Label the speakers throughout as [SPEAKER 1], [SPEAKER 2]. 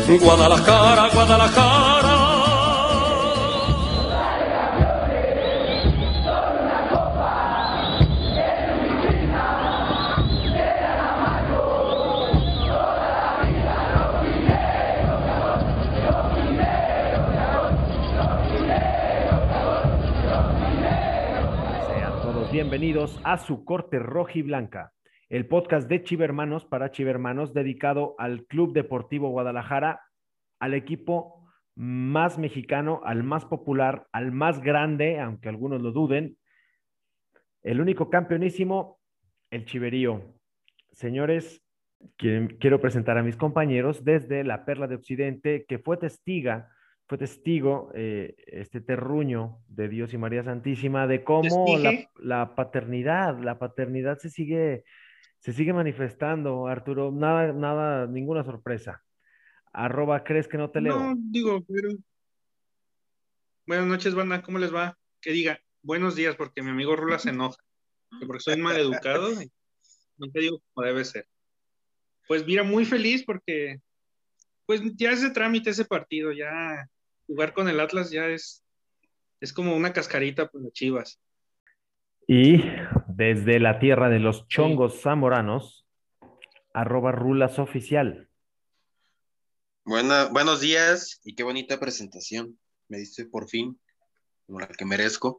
[SPEAKER 1] Guadalajara, Guadalajara.
[SPEAKER 2] Sean todos bienvenidos a su corte rojiblanca, el podcast de Chivermanos para Chivermanos dedicado al Club Deportivo Guadalajara, al equipo más mexicano, al más popular, al más grande, aunque algunos lo duden, el único campeonísimo, el Chiverío. Señores, quiero presentar a mis compañeros desde la Perla de Occidente, que fue testigo este terruño de Dios y María Santísima de
[SPEAKER 3] Les
[SPEAKER 2] cómo
[SPEAKER 3] dije,
[SPEAKER 2] la paternidad se sigue manifestando, Arturo. Nada, ninguna sorpresa. Arroba, ¿crees que no te
[SPEAKER 3] no,
[SPEAKER 2] leo?
[SPEAKER 3] digo, pero buenas noches, banda, ¿cómo les va? Que diga, buenos días, porque mi amigo Rula se enoja, que porque soy mal educado, y no te digo como debe ser. Pues mira, muy feliz porque, pues ya es de trámite ese partido, ya jugar con el Atlas ya es como una cascarita por las Chivas.
[SPEAKER 2] Y desde la tierra de los
[SPEAKER 3] Sí.
[SPEAKER 2] chongos zamoranos, arroba rulas oficial.
[SPEAKER 4] Buenos días y qué bonita presentación. Me diste por fin, como la que merezco.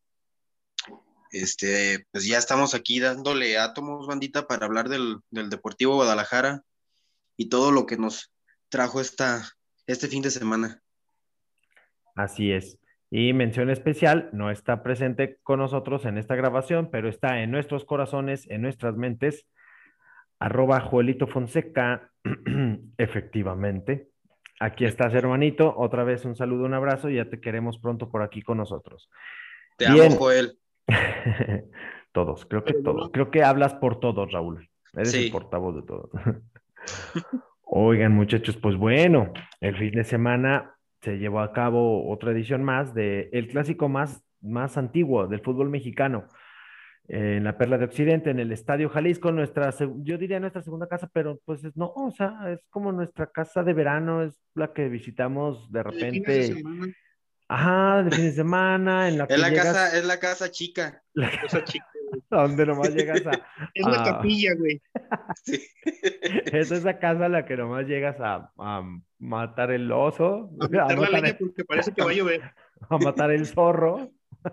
[SPEAKER 4] Pues ya estamos aquí dándole átomos, bandita, para hablar del Deportivo Guadalajara y todo lo que nos trajo este fin de semana.
[SPEAKER 2] Así es. Y mención especial, no está presente con nosotros en esta grabación, pero está en nuestros corazones, en nuestras mentes, arroba Joelito Fonseca. Efectivamente. Aquí estás, hermanito. Otra vez un saludo, un abrazo. Y ya te queremos pronto por aquí con nosotros.
[SPEAKER 4] Te amo,
[SPEAKER 2] Bien.
[SPEAKER 4] Joel.
[SPEAKER 2] Todos, creo que
[SPEAKER 3] Pero
[SPEAKER 2] todos.
[SPEAKER 3] bueno,
[SPEAKER 2] Creo que hablas por todos, Raúl. Eres el
[SPEAKER 4] Sí,
[SPEAKER 2] portavoz de todos. Oigan, muchachos, pues bueno, el fin de semana se llevó a cabo otra edición más de el clásico más antiguo del fútbol mexicano, en la Perla de Occidente, en el Estadio Jalisco, yo diría nuestra segunda casa, pero pues no, o sea, es como nuestra casa de verano, es la que visitamos de
[SPEAKER 3] de fines de
[SPEAKER 2] repente,
[SPEAKER 3] semana,
[SPEAKER 2] ajá, de fin de semana, en la
[SPEAKER 4] es
[SPEAKER 2] que
[SPEAKER 4] la casa,
[SPEAKER 2] llegas,
[SPEAKER 4] es la casa chica.
[SPEAKER 3] cosa chica, güey.
[SPEAKER 2] a donde nomás llegas
[SPEAKER 3] Es la
[SPEAKER 2] a
[SPEAKER 3] capilla, güey.
[SPEAKER 4] Sí.
[SPEAKER 2] es esa casa a la que nomás llegas a matar el oso,
[SPEAKER 3] A
[SPEAKER 2] a
[SPEAKER 3] meter la
[SPEAKER 2] matar
[SPEAKER 3] leña porque parece que va a llover.
[SPEAKER 2] a matar el zorro,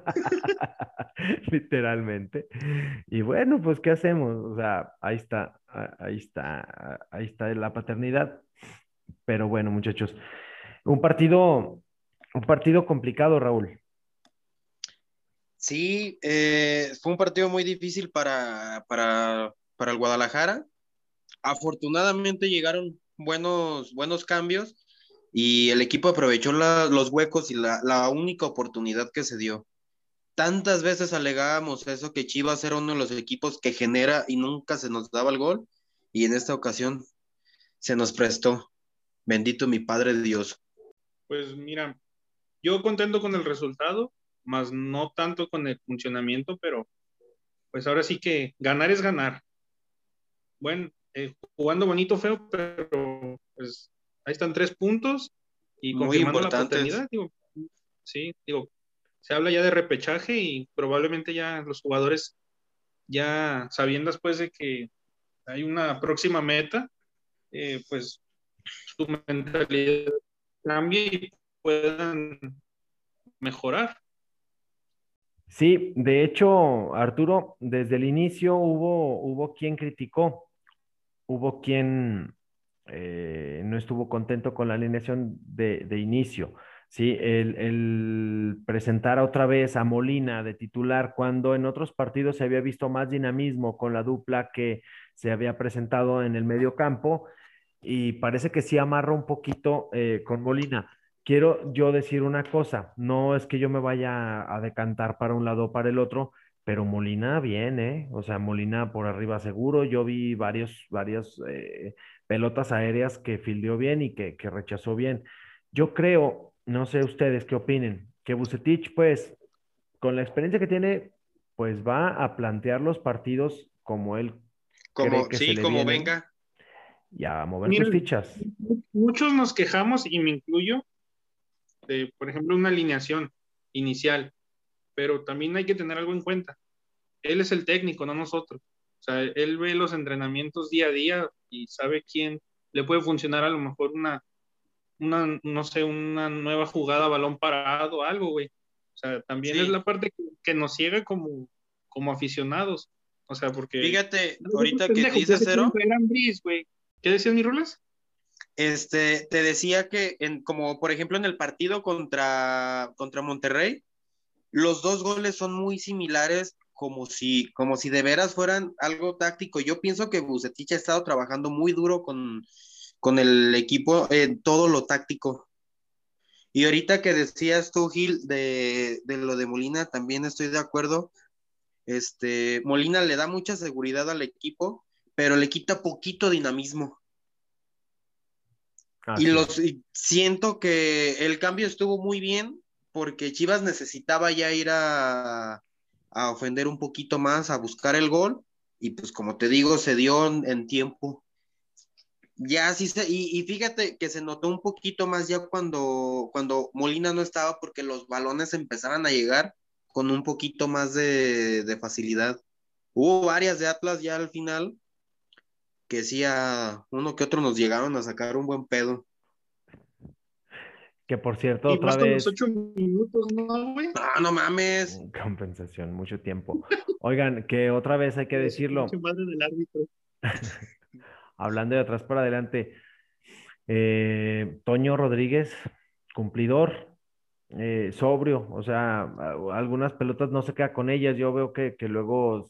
[SPEAKER 2] literalmente. Y bueno, pues, ¿qué hacemos? O sea, ahí está la paternidad. Pero bueno, muchachos, un partido, un partido complicado, Raúl.
[SPEAKER 4] Sí, fue un partido muy difícil para el Guadalajara. Afortunadamente llegaron buenos cambios y el equipo aprovechó los huecos y la única oportunidad que se dio. Tantas veces alegábamos eso, que Chivas era uno de los equipos que genera y nunca se nos daba el gol, y en esta ocasión se nos prestó. Bendito mi Padre Dios.
[SPEAKER 3] Pues mira, yo contento con el resultado, más no tanto con el funcionamiento, pero pues ahora sí que ganar es ganar. Bueno, jugando bonito, feo, pero pues ahí están 3 puntos y
[SPEAKER 4] Muy
[SPEAKER 3] confirmando la
[SPEAKER 4] importantes.
[SPEAKER 3] paternidad, digo, sí, digo, se habla ya de repechaje y probablemente ya los jugadores, ya sabiendo después de que hay una próxima meta, pues su mentalidad cambie y puedan mejorar.
[SPEAKER 2] Sí, de hecho, Arturo, desde el inicio hubo quien criticó, hubo quien no estuvo contento con la alineación de inicio. Sí, el presentar otra vez a Molina de titular cuando en otros partidos se había visto más dinamismo con la dupla que se había presentado en el medio campo, y parece que sí amarra un poquito con Molina. Quiero yo decir una cosa, no es que yo me vaya a decantar para un lado o para el otro, pero Molina bien, ¿eh? O sea, Molina por arriba seguro. Yo vi varias pelotas aéreas que fildeó bien y que rechazó bien. Yo creo, no sé ustedes qué opinen, que Vucetich, pues, con la experiencia que tiene, pues va a plantear los partidos como él cree
[SPEAKER 4] Como,
[SPEAKER 2] que se
[SPEAKER 4] sí,
[SPEAKER 2] le
[SPEAKER 4] como
[SPEAKER 2] vienen,
[SPEAKER 4] venga.
[SPEAKER 2] y a mover tus
[SPEAKER 3] Mira,
[SPEAKER 2] fichas.
[SPEAKER 3] muchos nos quejamos, y me incluyo, de, por ejemplo, una alineación inicial, pero también hay que tener algo en cuenta. Él es el técnico, no nosotros. O sea, él ve los entrenamientos día a día y sabe quién le puede funcionar a lo mejor no sé, una nueva jugada, balón parado, algo, güey. O sea, también es
[SPEAKER 4] Sí,
[SPEAKER 3] la parte que nos ciega como aficionados. O sea, porque
[SPEAKER 4] fíjate,
[SPEAKER 3] nosotros
[SPEAKER 4] ahorita que
[SPEAKER 3] pendejos ya
[SPEAKER 4] dices
[SPEAKER 3] se quieren
[SPEAKER 4] cero,
[SPEAKER 3] traer a Ambriz, güey. ¿Qué decían mis rolas?
[SPEAKER 4] te decía que como por ejemplo en el partido contra Monterrey, los dos goles son muy similares, como si de veras fueran algo táctico. Yo pienso que Bucetich ha estado trabajando muy duro con el equipo en todo lo táctico. Y ahorita que decías tú, Gil, de lo de Molina, también estoy de acuerdo. Molina le da mucha seguridad al equipo, pero le quita poquito dinamismo.
[SPEAKER 2] Así es.
[SPEAKER 4] Y siento que el cambio estuvo muy bien porque Chivas necesitaba ya ir a ofender un poquito más, a buscar el gol, y pues como te digo, se dio en tiempo. Ya sí y fíjate que se notó un poquito más ya cuando Molina no estaba porque los balones empezaban a llegar con un poquito más de facilidad. Hubo varias de Atlas ya al final que sí a uno que otro nos llegaron a sacar un buen pedo.
[SPEAKER 2] Que por cierto,
[SPEAKER 3] Y
[SPEAKER 2] otra
[SPEAKER 3] más con los
[SPEAKER 2] vez,
[SPEAKER 3] 8 minutos, ¿no, güey?
[SPEAKER 4] Ah, no mames.
[SPEAKER 2] compensación, mucho tiempo. Oigan, que otra vez hay que
[SPEAKER 3] De su pinche
[SPEAKER 2] decirlo,
[SPEAKER 3] madre del árbitro.
[SPEAKER 2] hablando de atrás para adelante, Toño Rodríguez, cumplidor, sobrio, o sea, algunas pelotas no se queda con ellas, yo veo que luego,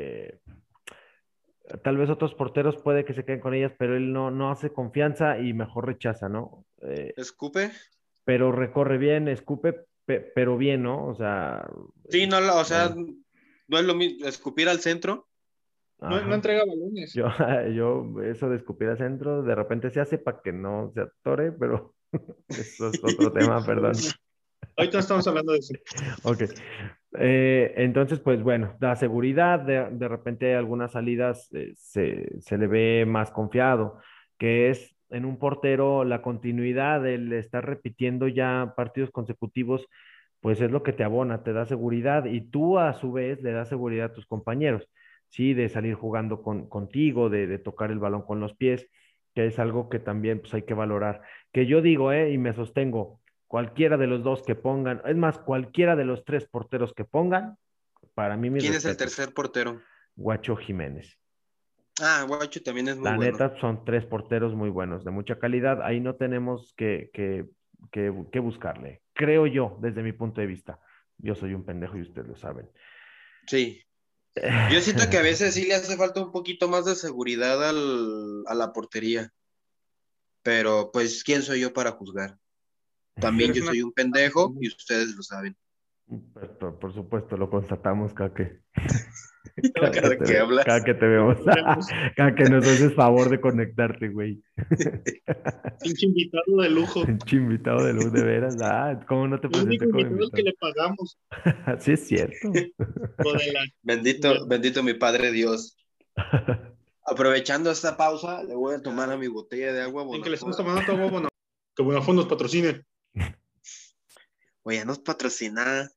[SPEAKER 2] tal vez otros porteros puede que se queden con ellas, pero él no hace confianza y mejor rechaza, ¿no?
[SPEAKER 4] ¿Escupe?
[SPEAKER 2] Pero recorre bien, escupe, pero bien, ¿no? O sea,
[SPEAKER 4] Sí, no, o sea,
[SPEAKER 2] bueno,
[SPEAKER 4] no es lo mismo escupir al centro.
[SPEAKER 3] No
[SPEAKER 2] ajá.
[SPEAKER 3] entrega balones.
[SPEAKER 2] Yo, yo, eso de escupir al centro, de repente se hace para que no se atore, pero eso es otro tema, perdón.
[SPEAKER 3] Ahorita no estamos hablando de eso.
[SPEAKER 2] Ok. Entonces, pues bueno, da seguridad, de repente hay algunas salidas se le ve más confiado, que es en un portero la continuidad, el estar repitiendo ya partidos consecutivos, pues es lo que te abona, te da seguridad y tú a su vez le das seguridad a tus compañeros, ¿sí? De salir jugando contigo, de tocar el balón con los pies, que es algo que también pues hay que valorar. Que yo digo, y me sostengo, cualquiera de los dos que pongan, es más, cualquiera de los tres porteros que pongan, para mí mis
[SPEAKER 4] ¿Quién es el
[SPEAKER 2] respetos.
[SPEAKER 4] tercer portero?
[SPEAKER 2] Guacho Jiménez.
[SPEAKER 4] Ah, Guacho también es muy
[SPEAKER 2] La
[SPEAKER 4] bueno.
[SPEAKER 2] neta, son tres porteros muy buenos, de mucha calidad. Ahí no tenemos que buscarle. Creo yo, desde mi punto de vista. Yo soy un pendejo y ustedes lo saben.
[SPEAKER 4] Sí. Yo siento que a veces sí le hace falta un poquito más de seguridad a la portería, pero pues, ¿quién soy yo para juzgar? También
[SPEAKER 3] Eres
[SPEAKER 4] yo
[SPEAKER 3] una...
[SPEAKER 4] soy un pendejo y ustedes lo saben.
[SPEAKER 2] Por supuesto, lo constatamos, Kake.
[SPEAKER 4] Cada que
[SPEAKER 2] Cada
[SPEAKER 4] hablas.
[SPEAKER 2] que te vemos.
[SPEAKER 3] Nos vemos.
[SPEAKER 2] Cada que nos haces favor de conectarte, güey.
[SPEAKER 3] Pinche invitado de lujo.
[SPEAKER 2] Pinche invitado de luz, de veras. Ah, ¿cómo no te
[SPEAKER 3] El único
[SPEAKER 2] presenté como
[SPEAKER 3] invitado al que
[SPEAKER 2] invitado?
[SPEAKER 3] le pagamos.
[SPEAKER 2] Sí, es cierto.
[SPEAKER 3] Lo de la...
[SPEAKER 4] Bendito, bendito mi Padre Dios. Aprovechando esta pausa, le voy a tomar a mi botella de agua
[SPEAKER 3] En que le estamos
[SPEAKER 4] Bonafont.
[SPEAKER 3] tomando todo huevo, no. Que Bonafont nos patrocine.
[SPEAKER 4] Oye, nos patrocina.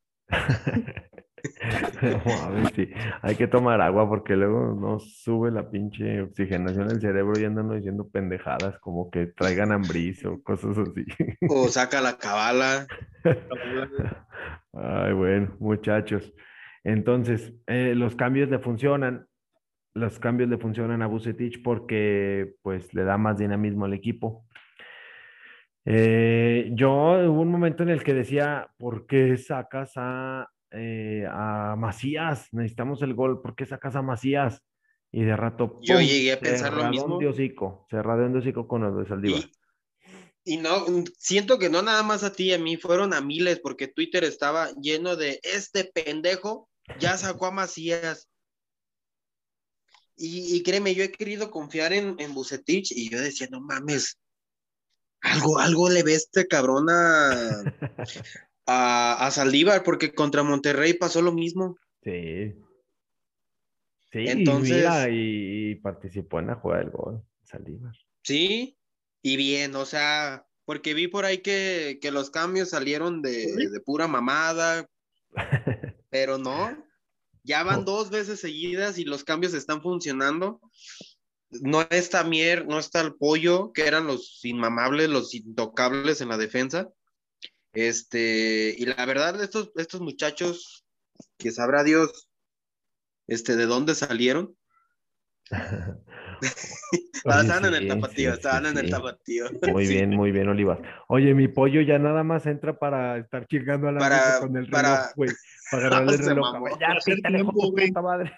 [SPEAKER 2] A ver, sí, hay que tomar agua porque luego nos sube la pinche oxigenación del cerebro y andan diciendo pendejadas como que traigan hambriz o cosas así.
[SPEAKER 4] O saca la cabala.
[SPEAKER 2] Ay, bueno, muchachos. Entonces, los cambios le funcionan a Vucetich porque pues le da más dinamismo al equipo. Yo hubo un momento en el que decía, ¿por qué sacas a Macías? Necesitamos el gol, ¿por qué sacas a Macías? Y de rato,
[SPEAKER 4] Yo
[SPEAKER 2] ¡pum!
[SPEAKER 4] llegué a pensar lo mismo.
[SPEAKER 2] Cerradón de hocico con los de Saldívar.
[SPEAKER 4] Y no, siento que no nada más a ti y a mí, fueron a miles, porque Twitter estaba lleno de este pendejo, ya sacó a Macías. Y créeme, yo he querido confiar en Vucetich y yo decía, no mames, algo le ve este cabrón a Saldívar, porque contra Monterrey pasó lo mismo.
[SPEAKER 2] Sí, sí, y mira,
[SPEAKER 4] Entonces,
[SPEAKER 2] y participó en la jugada del gol. Saldívar.
[SPEAKER 4] Sí, y bien, o sea, porque vi por ahí que los cambios salieron de pura mamada, pero no, ya van 2 veces seguidas y los cambios están funcionando. No está Mier, no está el Pollo, que eran los inmamables, los intocables en la defensa. Y la verdad, estos muchachos, que sabrá Dios, de dónde salieron.
[SPEAKER 2] Oye,
[SPEAKER 4] Estaban en el
[SPEAKER 2] sí,
[SPEAKER 4] tapatío,
[SPEAKER 2] sí, sí,
[SPEAKER 4] estaban en el
[SPEAKER 2] sí.
[SPEAKER 4] tapatío.
[SPEAKER 2] Muy
[SPEAKER 4] Sí.
[SPEAKER 2] bien, Olivas. Oye, mi pollo ya nada más entra para estar chingando al árbitro
[SPEAKER 4] Para,
[SPEAKER 2] con el reloj,
[SPEAKER 4] para,
[SPEAKER 2] güey. Para agarrarle el
[SPEAKER 4] se
[SPEAKER 2] reloj. A
[SPEAKER 4] mamó.
[SPEAKER 2] ver,
[SPEAKER 3] Para
[SPEAKER 2] ya,
[SPEAKER 3] hacer
[SPEAKER 2] pítale, hijo de
[SPEAKER 3] tiempo,
[SPEAKER 2] tu
[SPEAKER 3] güey.
[SPEAKER 2] puta madre.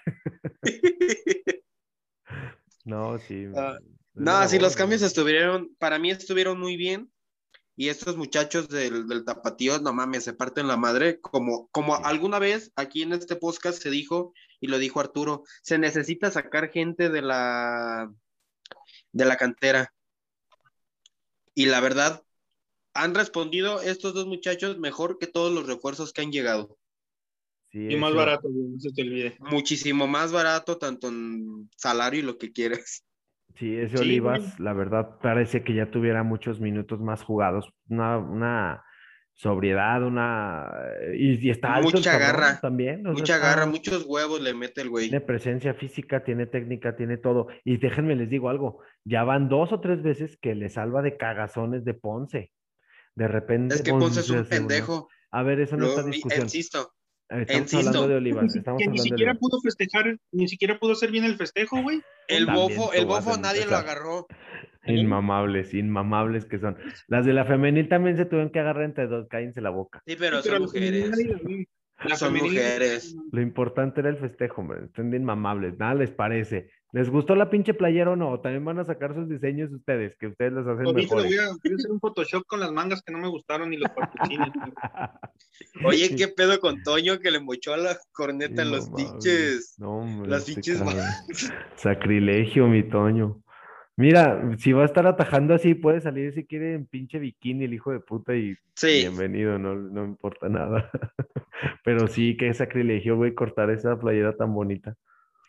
[SPEAKER 2] No, sí.
[SPEAKER 4] Ah,
[SPEAKER 2] Es de
[SPEAKER 4] no, sí, los
[SPEAKER 2] labor,
[SPEAKER 4] cambios
[SPEAKER 2] ¿no?
[SPEAKER 4] para mí estuvieron muy bien. Y estos muchachos del tapatío, no mames, se parten la madre. Como
[SPEAKER 2] Sí.
[SPEAKER 4] alguna vez aquí en este podcast se dijo, y lo dijo Arturo, se necesita sacar gente de la cantera. Y la verdad, han respondido estos dos muchachos mejor que todos los refuerzos que han llegado.
[SPEAKER 2] Sí,
[SPEAKER 3] Y más barato, güey, no se te olvide.
[SPEAKER 4] Muchísimo más barato, tanto en salario y lo que quieras.
[SPEAKER 2] sí, ese
[SPEAKER 3] Sí, güey.
[SPEAKER 2] Olivas, la verdad, parece que ya tuviera muchos minutos más jugados. Una sobriedad, y está alto el cabrón también. O sea,
[SPEAKER 4] Mucha garra, muchos huevos le mete el
[SPEAKER 2] tiene
[SPEAKER 4] güey.
[SPEAKER 2] presencia física, tiene técnica, tiene todo. Y déjenme les digo algo, ya van 2 o 3 veces que le salva de cagazones de Ponce. De
[SPEAKER 4] Es
[SPEAKER 2] repente
[SPEAKER 4] que
[SPEAKER 2] Ponce
[SPEAKER 4] Ponce es
[SPEAKER 2] se
[SPEAKER 4] un
[SPEAKER 2] hace uno.
[SPEAKER 4] pendejo.
[SPEAKER 2] A ver, eso no está en discusión.
[SPEAKER 4] Insisto,
[SPEAKER 2] Estamos hablando de
[SPEAKER 4] insisto.
[SPEAKER 2] Olivas, estamos
[SPEAKER 3] Que ni
[SPEAKER 2] hablando de
[SPEAKER 3] siquiera
[SPEAKER 2] Olivas.
[SPEAKER 3] pudo festejar, ni siquiera pudo hacer bien el festejo, güey.
[SPEAKER 4] El
[SPEAKER 2] También
[SPEAKER 4] bofo, el
[SPEAKER 2] tú vas a
[SPEAKER 4] bofo nadie lo
[SPEAKER 2] empezar.
[SPEAKER 4] agarró.
[SPEAKER 2] Inmamables, inmamables que son. Las de la femenil también se tuvieron que agarrar entre dos, cállense la boca.
[SPEAKER 4] Sí,
[SPEAKER 3] Sí,
[SPEAKER 4] pero
[SPEAKER 3] pero
[SPEAKER 4] son
[SPEAKER 3] la femenil nadie
[SPEAKER 4] mujeres.
[SPEAKER 3] la ve. La
[SPEAKER 4] Son
[SPEAKER 3] femenil es
[SPEAKER 4] mujeres.
[SPEAKER 2] Lo importante era el festejo, hombre. Están de inmamables, nada les parece. ¿Les gustó la pinche playera o no? También van a sacar sus diseños ustedes, que ustedes los hacen
[SPEAKER 3] ahorita le
[SPEAKER 2] mejores.
[SPEAKER 3] voy a hacer un Photoshop con las mangas que no me gustaron ni los patrocinios.
[SPEAKER 4] Oye, ¿qué pedo con Toño que le mochó a la corneta en
[SPEAKER 2] Inmamable. No, hombre,
[SPEAKER 4] las
[SPEAKER 2] ese
[SPEAKER 4] pinches
[SPEAKER 2] cabrón. Sacrilegio, mi Toño. Mira, si va a estar atajando así, puede salir si quiere en pinche bikini el hijo de puta y
[SPEAKER 4] Sí,
[SPEAKER 2] bienvenido, no, no importa nada. Pero sí, qué sacrilegio, güey, cortar esa playera tan bonita.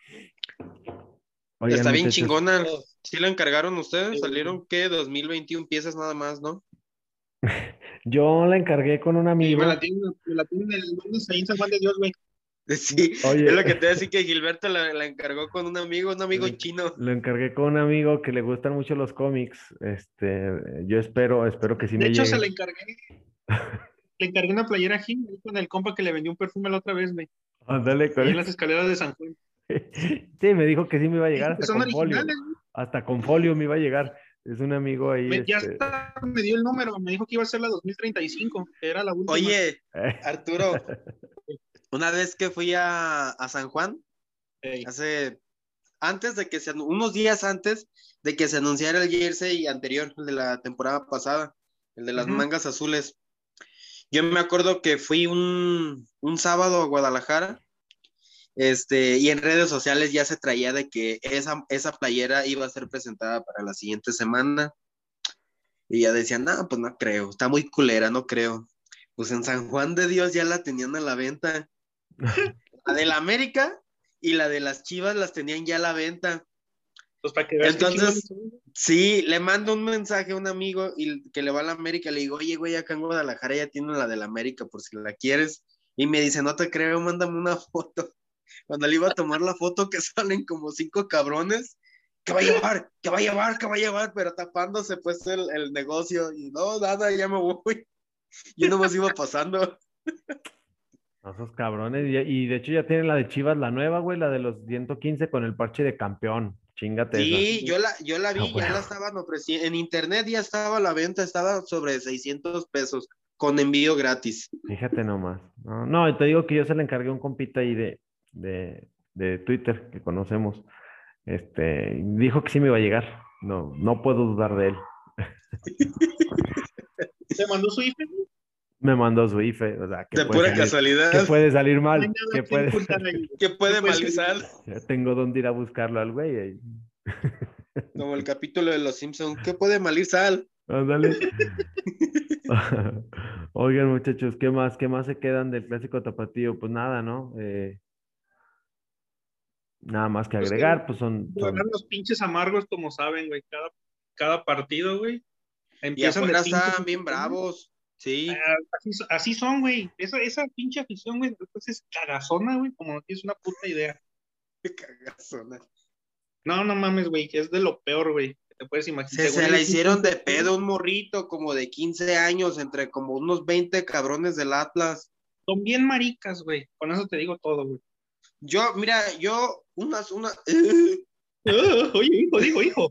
[SPEAKER 2] Oigan,
[SPEAKER 4] está bien
[SPEAKER 2] muchachos,
[SPEAKER 4] chingona. ¿Sí la encargaron ustedes?
[SPEAKER 3] Sí,
[SPEAKER 4] Salieron, ¿qué? 2021 piezas nada más, ¿no?
[SPEAKER 2] yo la encargué con un amigo.
[SPEAKER 3] me la tienen el lunes ahí en San Juan de Dios, güey.
[SPEAKER 4] Sí, es
[SPEAKER 2] Oye,
[SPEAKER 4] lo que te voy a decir que Gilberto la encargó con un amigo chino.
[SPEAKER 2] lo encargué con un amigo que le gustan mucho los cómics. Yo espero que sí
[SPEAKER 3] De
[SPEAKER 2] me
[SPEAKER 3] hecho,
[SPEAKER 2] llegue.
[SPEAKER 3] le encargué una playera a Jim ahí con el compa que le vendió un perfume la otra vez, güey.
[SPEAKER 2] Ándale con
[SPEAKER 3] Ahí en las
[SPEAKER 2] eso.
[SPEAKER 3] escaleras de San Juan.
[SPEAKER 2] Sí, me dijo que sí me iba a
[SPEAKER 3] Sí,
[SPEAKER 2] llegar
[SPEAKER 3] porque
[SPEAKER 2] hasta
[SPEAKER 3] son
[SPEAKER 2] con folio.
[SPEAKER 3] originales, güey.
[SPEAKER 2] Hasta con folio me iba a llegar. Es un amigo ahí,
[SPEAKER 3] Ya hasta me dio el número, me dijo que iba a ser la 2035, que era la última.
[SPEAKER 4] Oye,
[SPEAKER 2] eh,
[SPEAKER 4] Arturo, una vez que fui a San Juan,
[SPEAKER 3] Ey.
[SPEAKER 4] unos días antes de que se anunciara el jersey anterior, el de la temporada pasada, el de las
[SPEAKER 3] Ujú.
[SPEAKER 4] mangas azules, yo me acuerdo que fui un sábado a Guadalajara, y en redes sociales ya se traía de que esa playera iba a ser presentada para la siguiente semana, y ya decían, no, pues no creo, está muy culera, no creo. Pues en San Juan de Dios ya la tenían a la venta. La de la América y la de las Chivas las tenían ya a la venta.
[SPEAKER 3] Pues para que veas qué chingón
[SPEAKER 4] Entonces, sí, le mando un mensaje a un amigo y que le va a la América, le digo, oye, güey, acá en Guadalajara ya tienen la de la América por si la quieres. Y me dice, no te creo, mándame una foto. Cuando le iba a tomar la foto, que salen como 5 cabrones, que va a llevar, que va a llevar, que va a llevar, pero tapándose pues el negocio. Y no, nada, ya me voy. Yo nomás iba pasando.
[SPEAKER 2] esos cabrones. Y de hecho ya tienen la de Chivas, la nueva, güey, la de los 115 con el parche de campeón. Chíngate esa.
[SPEAKER 4] Sí, yo la
[SPEAKER 2] Ah,
[SPEAKER 4] vi, ya la
[SPEAKER 2] bueno.
[SPEAKER 4] estaban ofreciendo. En internet ya estaba a la venta, estaba sobre 600 pesos con envío gratis.
[SPEAKER 2] Fíjate nomás. No, no, te digo que yo se le encargué a un compita ahí de Twitter que conocemos. Dijo que sí me iba a llegar. No, no puedo dudar de él.
[SPEAKER 3] te mandó su IFE, güey.
[SPEAKER 2] Me mandó su IFE, o sea,
[SPEAKER 4] De pura
[SPEAKER 2] qué
[SPEAKER 4] casualidad,
[SPEAKER 2] puede salir
[SPEAKER 3] No hay
[SPEAKER 2] mal,
[SPEAKER 3] nada
[SPEAKER 2] qué
[SPEAKER 3] que
[SPEAKER 2] puede
[SPEAKER 3] ocultar
[SPEAKER 2] salir.
[SPEAKER 3] ahí, güey.
[SPEAKER 4] que
[SPEAKER 3] No
[SPEAKER 4] puede
[SPEAKER 3] puede salir.
[SPEAKER 4] malizar,
[SPEAKER 2] Ya tengo dónde ir a buscarlo al güey. Ahí.
[SPEAKER 4] como el capítulo de Los Simpson, que puede malizar.
[SPEAKER 2] Ándale. Oigan, muchachos, ¿qué más? ¿Qué más se quedan del clásico tapatío? Pues nada, ¿no? Nada más que
[SPEAKER 3] Pues que
[SPEAKER 2] agregar, pues
[SPEAKER 3] ganar los pinches amargos como saben, güey, cada partido, güey.
[SPEAKER 4] Y
[SPEAKER 3] Empiezan de
[SPEAKER 4] afuera
[SPEAKER 3] pinches
[SPEAKER 4] están bien
[SPEAKER 3] aficiones.
[SPEAKER 4] bravos. Sí.
[SPEAKER 3] Así son, güey. Esa pinche afición, güey, después es cagazona, güey, como no tienes una puta idea.
[SPEAKER 4] Cagazona.
[SPEAKER 3] No, no mames, güey, que es de lo peor, güey, que te puedes imaginar. Según
[SPEAKER 4] Se la
[SPEAKER 3] ellos,
[SPEAKER 4] hicieron de pedo un morrito como de 15 años entre como unos 20 cabrones del Atlas.
[SPEAKER 3] son bien maricas, güey. Con eso te digo todo, güey.
[SPEAKER 4] Mira,
[SPEAKER 3] Oye, hijo, digo, hijo.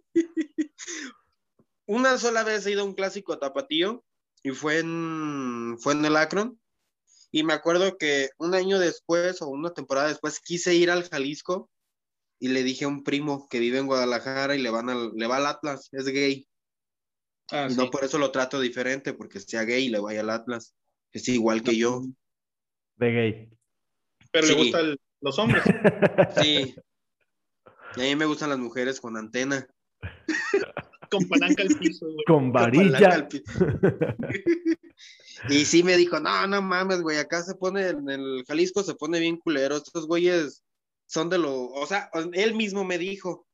[SPEAKER 4] una sola vez he ido a un clásico tapatío y fue en el Akron. Y me acuerdo que un año después o una temporada después quise ir al Jalisco y le dije a un primo que vive en Guadalajara y le va al Atlas, es gay.
[SPEAKER 3] Ah,
[SPEAKER 4] Y no
[SPEAKER 3] sí.
[SPEAKER 4] por eso lo trato diferente, porque sea gay y le vaya al Atlas. Es igual que yo.
[SPEAKER 2] de gay.
[SPEAKER 3] Pero le
[SPEAKER 4] Sí,
[SPEAKER 3] gustan los hombres.
[SPEAKER 4] sí. Y a mí me gustan las mujeres con antena.
[SPEAKER 3] Con palanca al piso, güey.
[SPEAKER 2] Con
[SPEAKER 4] Con palanca al
[SPEAKER 2] varilla.
[SPEAKER 4] pi- Y sí me dijo, no, no mames, güey, acá en el Jalisco se pone bien culero. Estos güeyes son o sea, él mismo me dijo.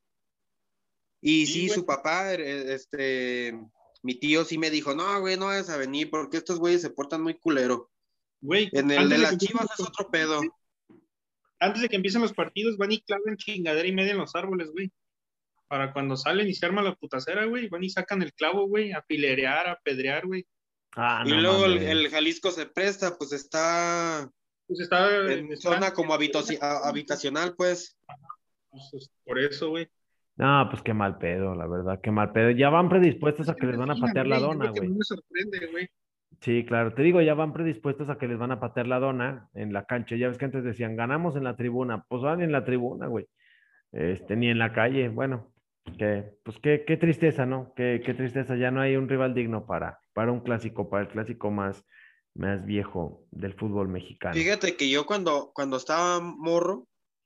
[SPEAKER 4] Y
[SPEAKER 3] Sí,
[SPEAKER 4] sí,
[SPEAKER 3] güey.
[SPEAKER 4] su papá, mi tío sí me dijo, no, güey, no vas a venir porque estos güeyes se portan muy culero.
[SPEAKER 3] Güey,
[SPEAKER 4] En el de
[SPEAKER 3] antes de que
[SPEAKER 4] las
[SPEAKER 3] empiecen
[SPEAKER 4] Chivas
[SPEAKER 3] los
[SPEAKER 4] es otro
[SPEAKER 3] partidos, güey,
[SPEAKER 4] pedo.
[SPEAKER 3] antes de que empiecen los partidos, van y clavan chingadera y media en los árboles, güey. Para cuando salen y se arma la putacera, güey, van y sacan el clavo, güey, a filerear, a pedrear, güey.
[SPEAKER 2] Ah,
[SPEAKER 4] Y
[SPEAKER 2] no
[SPEAKER 4] luego el
[SPEAKER 2] mames.
[SPEAKER 4] Jalisco se presta, pues está
[SPEAKER 3] Pues está,
[SPEAKER 4] en
[SPEAKER 3] está,
[SPEAKER 4] zona como habitacional, pues.
[SPEAKER 3] pues, por eso, güey.
[SPEAKER 2] No, pues qué mal pedo, la verdad, qué mal pedo. Ya van predispuestos
[SPEAKER 3] Es
[SPEAKER 2] a
[SPEAKER 3] que
[SPEAKER 2] que
[SPEAKER 3] me
[SPEAKER 2] les van a
[SPEAKER 3] afinan,
[SPEAKER 2] patear la
[SPEAKER 3] güey, es
[SPEAKER 2] dona,
[SPEAKER 3] lo que no
[SPEAKER 2] güey.
[SPEAKER 3] me sorprende, güey.
[SPEAKER 2] Sí, claro, te digo, ya van predispuestos a que les van a patear la dona en la cancha. Ya ves que antes decían, ganamos en la tribuna. Pues van en la tribuna, güey. Ni en la calle. Bueno, pues qué tristeza, ¿no? Qué tristeza. Ya no hay un rival digno para un clásico, para el clásico más viejo del fútbol mexicano.
[SPEAKER 4] Fíjate que yo cuando estaba morro,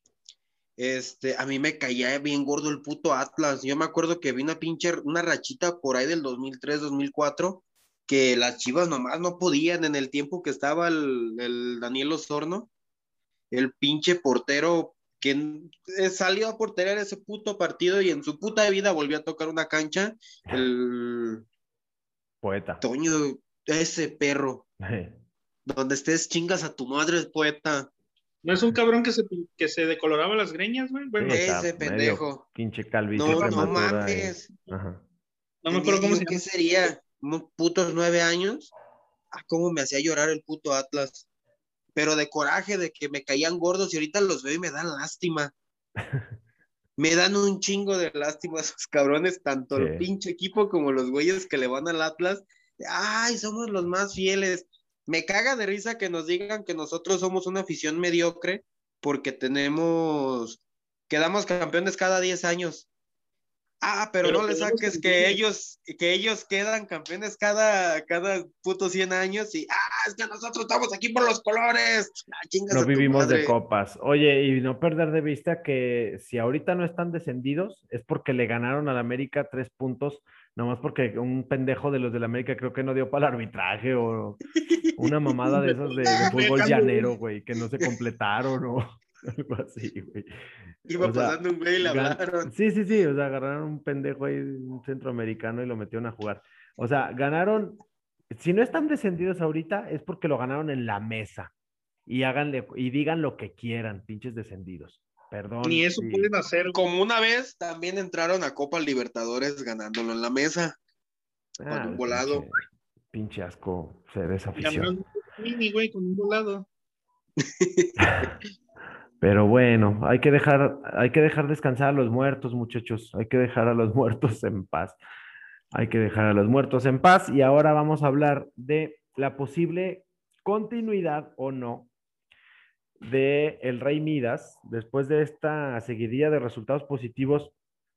[SPEAKER 4] a mí me caía bien gordo el puto Atlas. Yo me acuerdo que vi una rachita por ahí del 2003, 2004, que las Chivas nomás no podían en el tiempo que estaba el Daniel Osorno, el pinche portero que salió a porterar ese puto partido y en su puta vida volvió a tocar una cancha, el
[SPEAKER 2] Poeta.
[SPEAKER 4] Toño, ese perro, donde estés chingas a tu madre, poeta,
[SPEAKER 3] ¿No es un cabrón que se decoloraba las greñas, güey?
[SPEAKER 2] Sí,
[SPEAKER 3] Bueno,
[SPEAKER 4] ese
[SPEAKER 2] está medio
[SPEAKER 4] pendejo.
[SPEAKER 2] pinche calvicie
[SPEAKER 4] No, no
[SPEAKER 2] prematura.
[SPEAKER 4] mames.
[SPEAKER 2] Ajá.
[SPEAKER 3] no me
[SPEAKER 4] Tenía
[SPEAKER 3] acuerdo cómo
[SPEAKER 4] yo,
[SPEAKER 3] se
[SPEAKER 4] ¿qué
[SPEAKER 3] llama.
[SPEAKER 4] sería? Unos putos 9 años. Ah, cómo me hacía llorar el puto Atlas. Pero de coraje, de que me caían gordos y ahorita los veo y me dan lástima. Me dan un chingo de lástima esos cabrones, tanto
[SPEAKER 2] Sí.
[SPEAKER 4] el pinche equipo como los güeyes que le van al Atlas. Ay, somos los más fieles. Me caga de risa que nos digan que nosotros somos una afición mediocre porque quedamos campeones cada 10 años. Ah, pero
[SPEAKER 3] Pero
[SPEAKER 4] no le
[SPEAKER 3] quedamos
[SPEAKER 4] saques
[SPEAKER 3] campeones.
[SPEAKER 4] que ellos quedan campeones cada puto 100 años y, es que nosotros estamos aquí por los colores. Chingas
[SPEAKER 2] No
[SPEAKER 4] a tu
[SPEAKER 2] vivimos de
[SPEAKER 4] madre.
[SPEAKER 2] copas. Oye, y no perder de vista que si ahorita no están descendidos es porque le ganaron al América 3 puntos, nomás porque un pendejo de los del América creo que no dio para el arbitraje o una mamada de esos de
[SPEAKER 3] Me
[SPEAKER 2] fútbol
[SPEAKER 3] dejando, güey.
[SPEAKER 2] llanero, güey, que no se completaron o algo así, güey. O
[SPEAKER 4] Iba
[SPEAKER 2] sea,
[SPEAKER 4] pasando un güey y le hablaron.
[SPEAKER 2] sí, sí, sí, o sea, agarraron un pendejo ahí, un centroamericano y lo metieron a jugar. O sea, ganaron, si no están descendidos ahorita es porque lo ganaron en la mesa y háganle y digan lo que quieran, pinches descendidos.
[SPEAKER 3] Ni
[SPEAKER 2] Perdón,
[SPEAKER 3] eso
[SPEAKER 2] sí.
[SPEAKER 3] pueden hacer, güey.
[SPEAKER 4] Como una vez también entraron a Copa Libertadores ganándolo en la mesa con un volado.
[SPEAKER 2] Pinche asco se de esa afición.
[SPEAKER 3] Ganaron un mini, güey, con un volado.
[SPEAKER 2] Pero bueno, hay que dejar descansar a los muertos, muchachos. Hay que dejar a los muertos en paz. Hay que dejar a los muertos en paz. Y ahora vamos a hablar de la posible continuidad o no de el Rey Midas después de esta seguidilla de resultados positivos.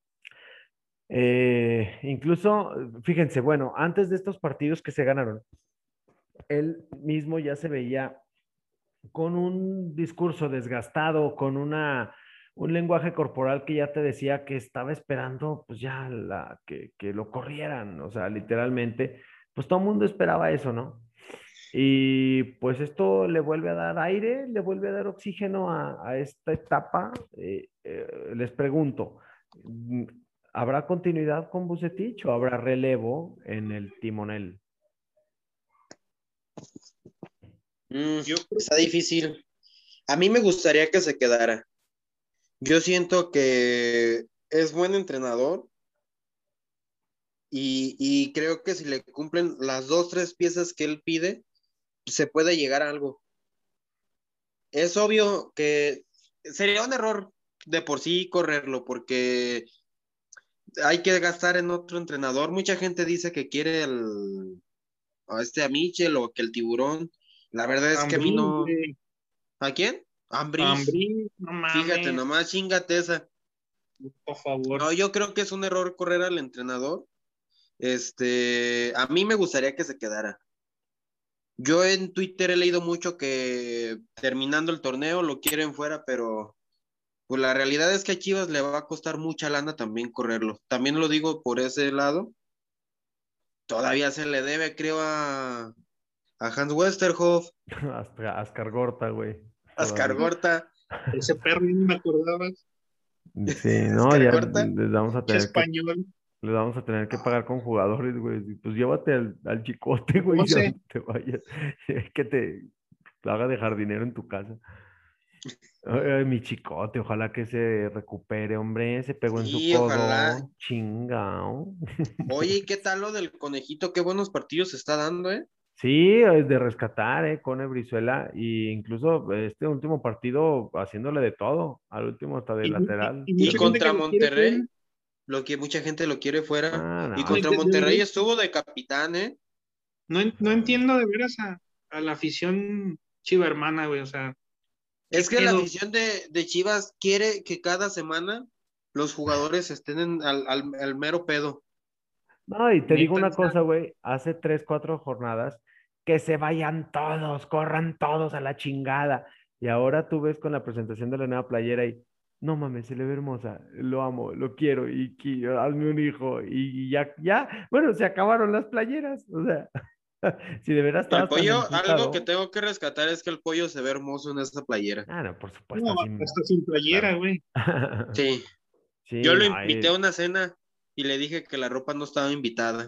[SPEAKER 2] Incluso, fíjense, bueno, antes de estos partidos que se ganaron, él mismo ya se veía con un discurso desgastado, con un lenguaje corporal que ya te decía que estaba esperando, pues ya que lo corrieran, o sea, literalmente, pues todo el mundo esperaba eso, ¿no? Y pues esto le vuelve a dar aire, le vuelve a dar oxígeno a esta etapa. Les pregunto, mm, ¿habrá continuidad con Vucetich o habrá relevo en el timonel?
[SPEAKER 3] Yo creo
[SPEAKER 4] Está difícil. A mí me gustaría que se quedara. Yo siento que es buen entrenador y creo que si le cumplen las dos, tres piezas que él pide, se puede llegar a algo. Es obvio que sería un error de por sí correrlo, porque hay que gastar en otro entrenador. Mucha gente dice que quiere a Michel o que el Tiburón. La verdad es que a mí
[SPEAKER 3] Ambriz,
[SPEAKER 4] no.
[SPEAKER 3] güey.
[SPEAKER 4] ¿A quién? Ambriz.
[SPEAKER 3] Ambriz, no
[SPEAKER 4] Fíjate,
[SPEAKER 3] mames,
[SPEAKER 4] nomás chingate esa.
[SPEAKER 3] por favor.
[SPEAKER 4] No, yo creo que es un error correr al entrenador. A mí me gustaría que se quedara. Yo en Twitter he leído mucho que terminando el torneo lo quieren fuera, pero pues la realidad es que a Chivas le va a costar mucha lana también correrlo. También lo digo por ese lado. Todavía se le debe, creo, a Hans Westerhoff,
[SPEAKER 2] Hasta Ascargorta, güey.
[SPEAKER 4] a Ascar
[SPEAKER 2] Todavía.
[SPEAKER 4] Gorta.
[SPEAKER 3] Ese perro ni me acordaba.
[SPEAKER 2] Sí, no,
[SPEAKER 4] Ascar
[SPEAKER 2] ya
[SPEAKER 4] Gorta.
[SPEAKER 3] Pinche español.
[SPEAKER 2] les vamos a tener que pagar con jugadores, güey. Pues llévate al chicote, güey, y a
[SPEAKER 3] 12.
[SPEAKER 2] donde te vayas. Que te haga de jardinero en tu casa. Ay, mi chicote, ojalá que se recupere, hombre. Se pegó en su
[SPEAKER 4] Sí, ojalá.
[SPEAKER 2] codo. Chingao.
[SPEAKER 4] Oye, ¿y qué tal lo del conejito? Qué buenos partidos se está dando, ¿eh?
[SPEAKER 2] Sí, es de rescatar, con Brizuela. Y incluso este último partido haciéndole de todo. Al último hasta de lateral.
[SPEAKER 3] Y
[SPEAKER 4] Y
[SPEAKER 3] mucha gente que
[SPEAKER 4] contra
[SPEAKER 3] lo quiere fuera.
[SPEAKER 4] Monterrey, lo que mucha gente lo quiere fuera.
[SPEAKER 2] Ah,
[SPEAKER 4] Y
[SPEAKER 2] no,
[SPEAKER 3] No, y
[SPEAKER 4] contra
[SPEAKER 3] de
[SPEAKER 4] Monterrey
[SPEAKER 3] verdad,
[SPEAKER 4] estuvo de capitán, ¿eh?
[SPEAKER 3] no entiendo de veras a la afición chiva hermana, güey. O sea, ¿qué
[SPEAKER 4] Es que la
[SPEAKER 3] pedo?
[SPEAKER 4] afición de Chivas quiere que cada semana los jugadores estén al mero pedo.
[SPEAKER 2] no, y te digo
[SPEAKER 3] Neta,
[SPEAKER 2] una
[SPEAKER 3] o sea,
[SPEAKER 2] cosa, güey, hace 3, 4 jornadas, que se vayan todos, corran todos a la chingada. Y ahora tú ves con la presentación de la nueva playera y, no mames, se le ve hermosa, lo amo, lo quiero, hazme un hijo, y ya, bueno, se acabaron las playeras, o sea, si de veras
[SPEAKER 4] El
[SPEAKER 2] estabas tan
[SPEAKER 4] pollo, algo que
[SPEAKER 2] emputado,
[SPEAKER 4] tengo que rescatar es que el pollo se ve hermoso en esa playera.
[SPEAKER 2] no, por supuesto,
[SPEAKER 3] no,
[SPEAKER 2] así,
[SPEAKER 3] hasta sin playera,
[SPEAKER 2] claro.
[SPEAKER 3] güey.
[SPEAKER 4] Sí, yo
[SPEAKER 2] Sí,
[SPEAKER 4] lo
[SPEAKER 2] no,
[SPEAKER 4] invité a una cena y le dije que la ropa no estaba invitada.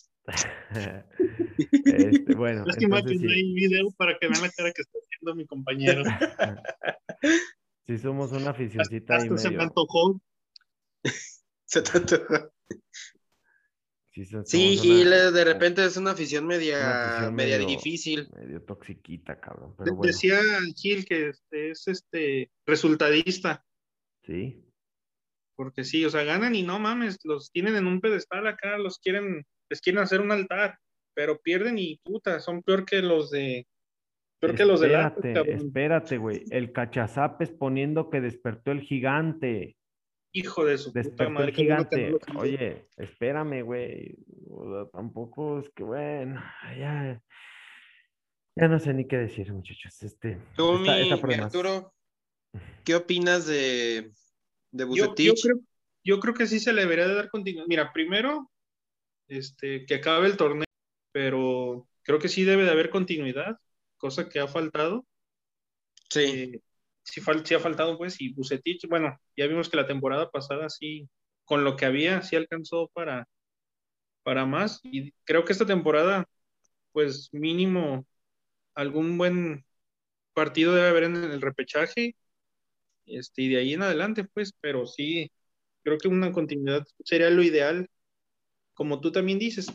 [SPEAKER 2] Bueno,
[SPEAKER 3] Lástima que
[SPEAKER 2] entonces
[SPEAKER 3] no
[SPEAKER 2] sí.
[SPEAKER 3] hay video para que vean la cara que está haciendo mi compañero.
[SPEAKER 2] Sí, somos una aficioncita ahí
[SPEAKER 3] Hasta se me
[SPEAKER 2] medio.
[SPEAKER 3] antojó.
[SPEAKER 4] Se te antojó.
[SPEAKER 2] Sí, somos
[SPEAKER 4] Sí, de repente es una afición
[SPEAKER 2] una
[SPEAKER 4] media,
[SPEAKER 2] afición
[SPEAKER 4] media
[SPEAKER 2] medio,
[SPEAKER 4] difícil.
[SPEAKER 2] medio toxiquita, cabrón. Pero bueno,
[SPEAKER 3] Decía Gil que es resultadista,
[SPEAKER 2] sí.
[SPEAKER 3] porque sí, o sea, ganan y no mames, los tienen en un pedestal acá, les quieren hacer un altar, pero pierden y puta, son peor que los del Atlas, cabrón.
[SPEAKER 2] Espérate, güey. El Cachazapes poniendo que despertó el gigante.
[SPEAKER 3] Hijo de su puta
[SPEAKER 2] Despertó el
[SPEAKER 3] madre, qué bueno que no lo
[SPEAKER 2] gigante.
[SPEAKER 3] sigue.
[SPEAKER 2] Oye, espérame, güey. O sea, tampoco es que, bueno, ya, ya no sé ni qué decir, muchachos.
[SPEAKER 4] Tú,
[SPEAKER 2] Esta
[SPEAKER 4] mi
[SPEAKER 2] prueba más.
[SPEAKER 4] Arturo, ¿qué opinas de
[SPEAKER 3] Yo
[SPEAKER 4] Bucetich?
[SPEAKER 3] creo que sí se le debería de dar continuidad. Mira, primero, que acabe el torneo, pero creo que sí debe de haber continuidad, cosa que ha faltado.
[SPEAKER 4] Sí,
[SPEAKER 3] Eh, sí ha faltado, pues, y Bucetich, bueno, ya vimos que la temporada pasada sí, con lo que había, sí alcanzó para más, y creo que esta temporada, pues, mínimo algún buen partido debe haber en el repechaje, y de ahí en adelante, pues, pero sí, creo que una continuidad sería lo ideal, como tú también dices,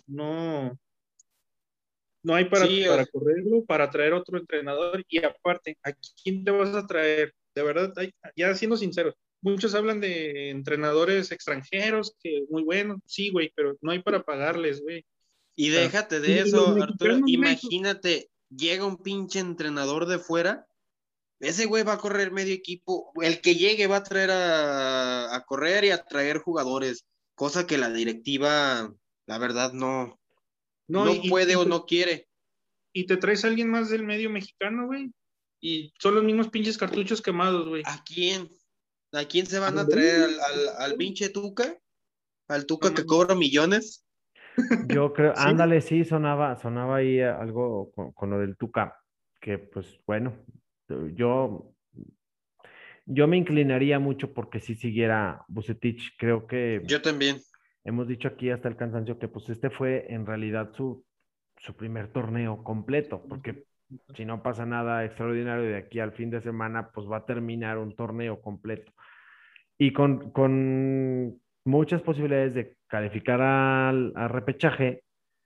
[SPEAKER 3] no hay
[SPEAKER 4] sí,
[SPEAKER 3] para correrlo, para traer otro entrenador y aparte, ¿a quién te vas a traer? De verdad, ya siendo sinceros, muchos hablan de entrenadores extranjeros que muy buenos, sí, güey, pero no hay para pagarles, güey.
[SPEAKER 4] y
[SPEAKER 3] O sea,
[SPEAKER 4] déjate de
[SPEAKER 3] y los
[SPEAKER 4] eso, Arturo.
[SPEAKER 3] mexicanos, güey, pues,
[SPEAKER 4] Imagínate, llega un pinche entrenador de fuera. Ese güey va a correr medio equipo. El que llegue va a traer a correr y a traer jugadores, cosa que la directiva, la verdad,
[SPEAKER 3] no,
[SPEAKER 4] no puede o no quiere.
[SPEAKER 3] y te traes a alguien más del medio mexicano, güey, y son los mismos pinches cartuchos quemados, güey.
[SPEAKER 4] ¿A quién? ¿A quién se
[SPEAKER 3] A
[SPEAKER 4] van a
[SPEAKER 3] ver,
[SPEAKER 4] traer?
[SPEAKER 3] güey,
[SPEAKER 4] ¿Al pinche Tuca? ¿Al
[SPEAKER 3] no
[SPEAKER 4] Tuca que
[SPEAKER 3] mames.
[SPEAKER 4] cobra millones?
[SPEAKER 2] Yo creo,
[SPEAKER 3] ¿Sí?
[SPEAKER 2] ándale, sí, sonaba ahí algo con lo del Tuca, que pues bueno, yo, yo me inclinaría mucho porque si siguiera Vucetich. Creo que
[SPEAKER 4] Yo también.
[SPEAKER 2] hemos dicho aquí hasta el cansancio que pues este fue en realidad su primer torneo completo, porque si no pasa nada extraordinario de aquí al fin de semana, pues va a terminar un torneo completo. Y con muchas posibilidades de calificar al repechaje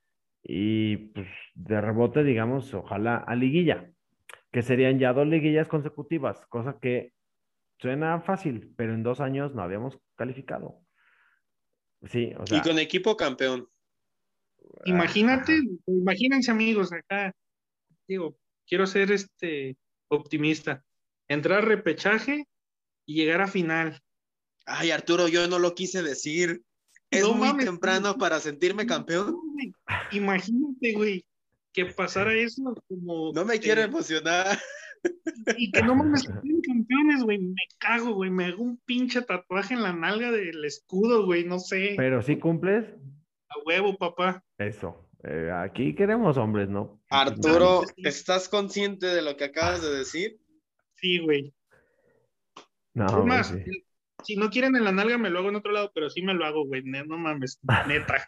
[SPEAKER 2] y pues de rebote, digamos, ojalá a liguilla, que serían ya dos liguillas consecutivas, cosa que suena fácil, pero en 2 años no habíamos calificado. Sí, o
[SPEAKER 4] Y
[SPEAKER 2] sea,
[SPEAKER 4] con equipo campeón.
[SPEAKER 3] Imagínate,
[SPEAKER 2] ajá.
[SPEAKER 3] imagínense amigos, acá, digo, quiero ser optimista. Entrar a repechaje y llegar a final.
[SPEAKER 4] Ay, Arturo, yo no lo quise decir. Es
[SPEAKER 3] No
[SPEAKER 4] muy
[SPEAKER 3] mames,
[SPEAKER 4] temprano para sentirme campeón.
[SPEAKER 3] güey. Imagínate, güey, que pasara eso como
[SPEAKER 4] No me quiero emocionar.
[SPEAKER 3] y que no mames que queden campeones, güey. Me cago, güey. Me hago un pinche tatuaje en la nalga del escudo, güey. No sé.
[SPEAKER 2] Pero si cumples,
[SPEAKER 3] A huevo, papá.
[SPEAKER 2] eso. Aquí queremos hombres, ¿no? Pinches
[SPEAKER 3] Ah, no,
[SPEAKER 2] mujeres.
[SPEAKER 4] Arturo,
[SPEAKER 3] pues sí,
[SPEAKER 4] ¿estás consciente de lo que acabas de decir?
[SPEAKER 3] sí, güey. Es
[SPEAKER 2] No, pues
[SPEAKER 3] más,
[SPEAKER 2] sí.
[SPEAKER 3] si no quieren en la nalga, me lo hago en otro lado, pero sí me lo hago, güey. No mames, neta.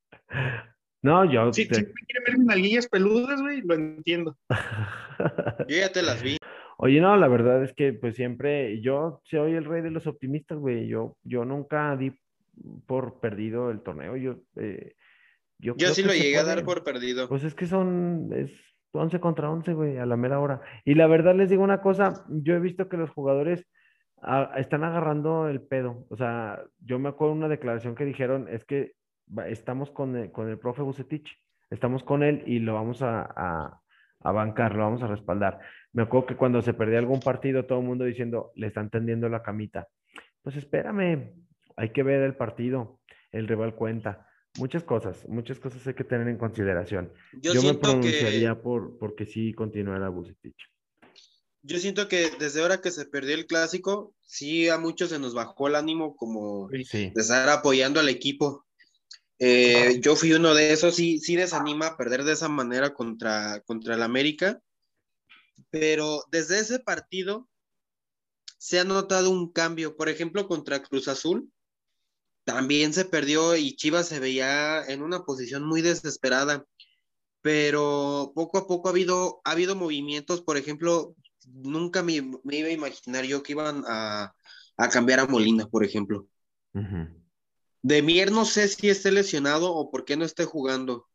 [SPEAKER 2] No, yo
[SPEAKER 3] Si no me quieren ver mis nalguillas peludas, güey, lo entiendo.
[SPEAKER 4] Yo ya te las vi.
[SPEAKER 2] Oye, no, la verdad es que pues siempre, yo soy el rey de los optimistas, güey. Yo nunca di por perdido el torneo. Yo
[SPEAKER 4] Yo
[SPEAKER 2] creo
[SPEAKER 4] sí
[SPEAKER 2] que
[SPEAKER 4] lo
[SPEAKER 2] se
[SPEAKER 4] llegué a dar
[SPEAKER 2] puede.
[SPEAKER 4] por perdido.
[SPEAKER 2] Pues es que es 11 contra 11, güey, a la mera hora. Y la verdad les digo una cosa, yo he visto que los jugadores están agarrando el pedo. O sea, yo me acuerdo de una declaración que dijeron, es que estamos con el profe Bucetich, estamos con él y lo vamos a bancar, lo vamos a respaldar. Me acuerdo que cuando se perdía algún partido, todo el mundo diciendo, le están tendiendo la camita. Pues espérame, hay que ver el partido, el rival cuenta. Muchas cosas hay que tener en consideración.
[SPEAKER 4] Yo
[SPEAKER 2] Yo me
[SPEAKER 4] siento que,
[SPEAKER 2] pronunciaría porque sí continuara Vucetich.
[SPEAKER 4] yo siento que desde ahora que se perdió el clásico, sí a muchos se nos bajó el ánimo como
[SPEAKER 3] Güey.
[SPEAKER 2] Sí,
[SPEAKER 4] de estar apoyando al equipo. Yo fui uno de esos, sí, sí desanima perder de esa manera contra el América, pero desde ese partido se ha notado un cambio. Por ejemplo, contra Cruz Azul, también se perdió y Chivas se veía en una posición muy desesperada, pero poco a poco ha habido movimientos. Por ejemplo, nunca me iba a imaginar yo que iban a cambiar a Molina, por ejemplo.
[SPEAKER 2] ujú.
[SPEAKER 4] De Mier no sé si esté lesionado o por qué no esté jugando.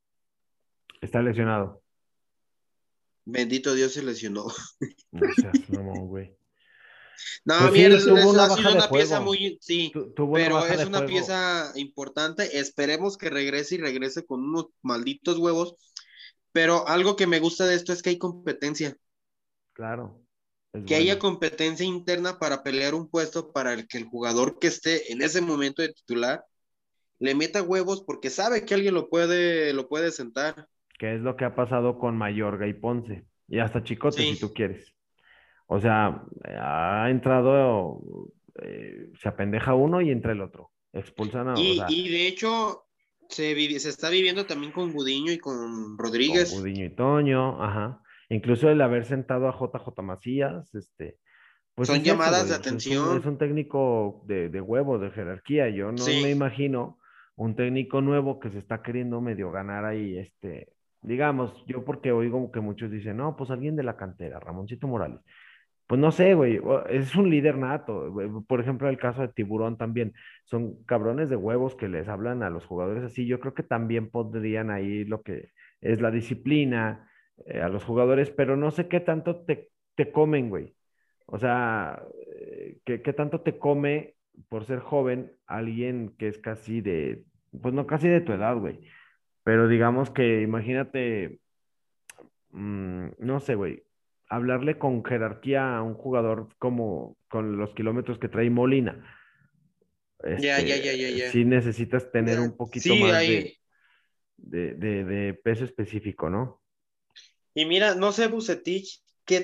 [SPEAKER 2] Está lesionado.
[SPEAKER 4] Bendito Dios se lesionó.
[SPEAKER 2] No seas mamón, güey.
[SPEAKER 4] No,
[SPEAKER 2] Pues
[SPEAKER 4] Mier
[SPEAKER 2] sí, tuvo una
[SPEAKER 4] ha
[SPEAKER 2] baja
[SPEAKER 4] sido
[SPEAKER 2] de
[SPEAKER 4] una pieza
[SPEAKER 2] juego.
[SPEAKER 4] muy, sí,
[SPEAKER 2] Tuvo una
[SPEAKER 4] pero
[SPEAKER 2] baja
[SPEAKER 4] es
[SPEAKER 2] de
[SPEAKER 4] una
[SPEAKER 2] juego.
[SPEAKER 4] pieza importante. Esperemos que regrese y regrese con unos malditos huevos. Pero algo que me gusta de esto es que hay competencia,
[SPEAKER 2] Claro, es
[SPEAKER 4] que haya
[SPEAKER 2] bueno.
[SPEAKER 4] competencia interna para pelear un puesto para el que el jugador que esté en ese momento de titular le meta huevos porque sabe que alguien lo puede sentar.
[SPEAKER 2] ¿Qué es lo que ha pasado con Mayorga y Ponce? Y hasta Chicote, si
[SPEAKER 4] Sí.
[SPEAKER 2] tú quieres. O sea, ha entrado, se apendeja uno y entra el otro. Expulsan o
[SPEAKER 4] Y,
[SPEAKER 2] sea,
[SPEAKER 4] y de hecho, se está viviendo también con Gudiño y con
[SPEAKER 2] con
[SPEAKER 4] Rodríguez.
[SPEAKER 2] Gudiño y Toño, ajá. Incluso el haber sentado a JJ Macías, pues
[SPEAKER 4] Son
[SPEAKER 2] es eso,
[SPEAKER 4] llamadas de
[SPEAKER 2] güey. Es un
[SPEAKER 4] atención.
[SPEAKER 2] técnico de huevo, de jerarquía. Yo no me
[SPEAKER 4] Sí.
[SPEAKER 2] imagino un técnico nuevo que se está queriendo medio ganar ahí, digamos, yo porque oigo que muchos dicen, no, pues alguien de la cantera, Ramoncito Morales. Pues no sé, güey, es un líder nato. Güey. Por ejemplo, el caso de Tiburón también. Son cabrones de huevos que les hablan a los jugadores así. Yo creo que también podrían ahí lo que es la disciplina a los jugadores, pero no sé qué tanto te comen, güey. O sea, qué tanto te come por ser joven alguien que es casi pues no casi de tu edad, güey. Pero digamos que imagínate no sé, güey, hablarle con jerarquía a un jugador como con los kilómetros que trae Molina,
[SPEAKER 4] Ya, ya, ya, ya, ya.
[SPEAKER 2] sí necesitas tener un poquito
[SPEAKER 4] Sí,
[SPEAKER 2] más
[SPEAKER 4] hay.
[SPEAKER 2] de peso específico, ¿no?
[SPEAKER 4] Y mira, no sé, Bucetich, qué